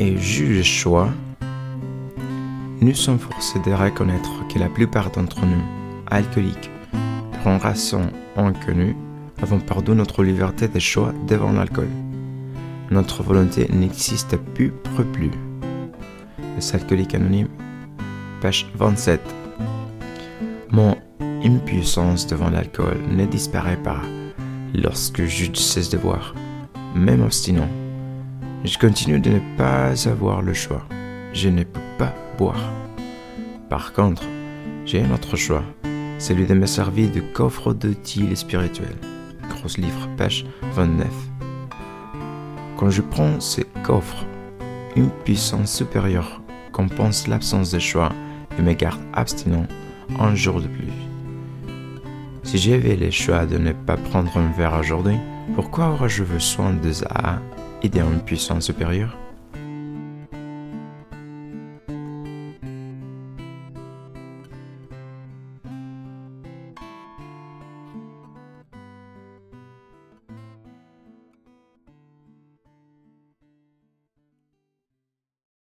et juge le choix, nous sommes forcés de reconnaître que la plupart d'entre nous, alcooliques, pour une raison inconnue, avons perdu notre liberté de choix devant l'alcool. Notre volonté n'existe plus. Les alcooliques anonymes, page 27. Mon impuissance devant l'alcool ne disparaît pas lorsque je cesse de boire, même obstinant. Je continue de ne pas avoir le choix. Je ne peux pas boire. Par contre, j'ai un autre choix, celui de me servir de coffre d'outils spirituels. Gros livre, page 29. Quand je prends ce coffre, une puissance supérieure compense l'absence de choix et me garde abstinent un jour de plus. Si j'avais le choix de ne pas prendre un verre aujourd'hui, pourquoi aurais-je besoin de ça et d'une puissance supérieure?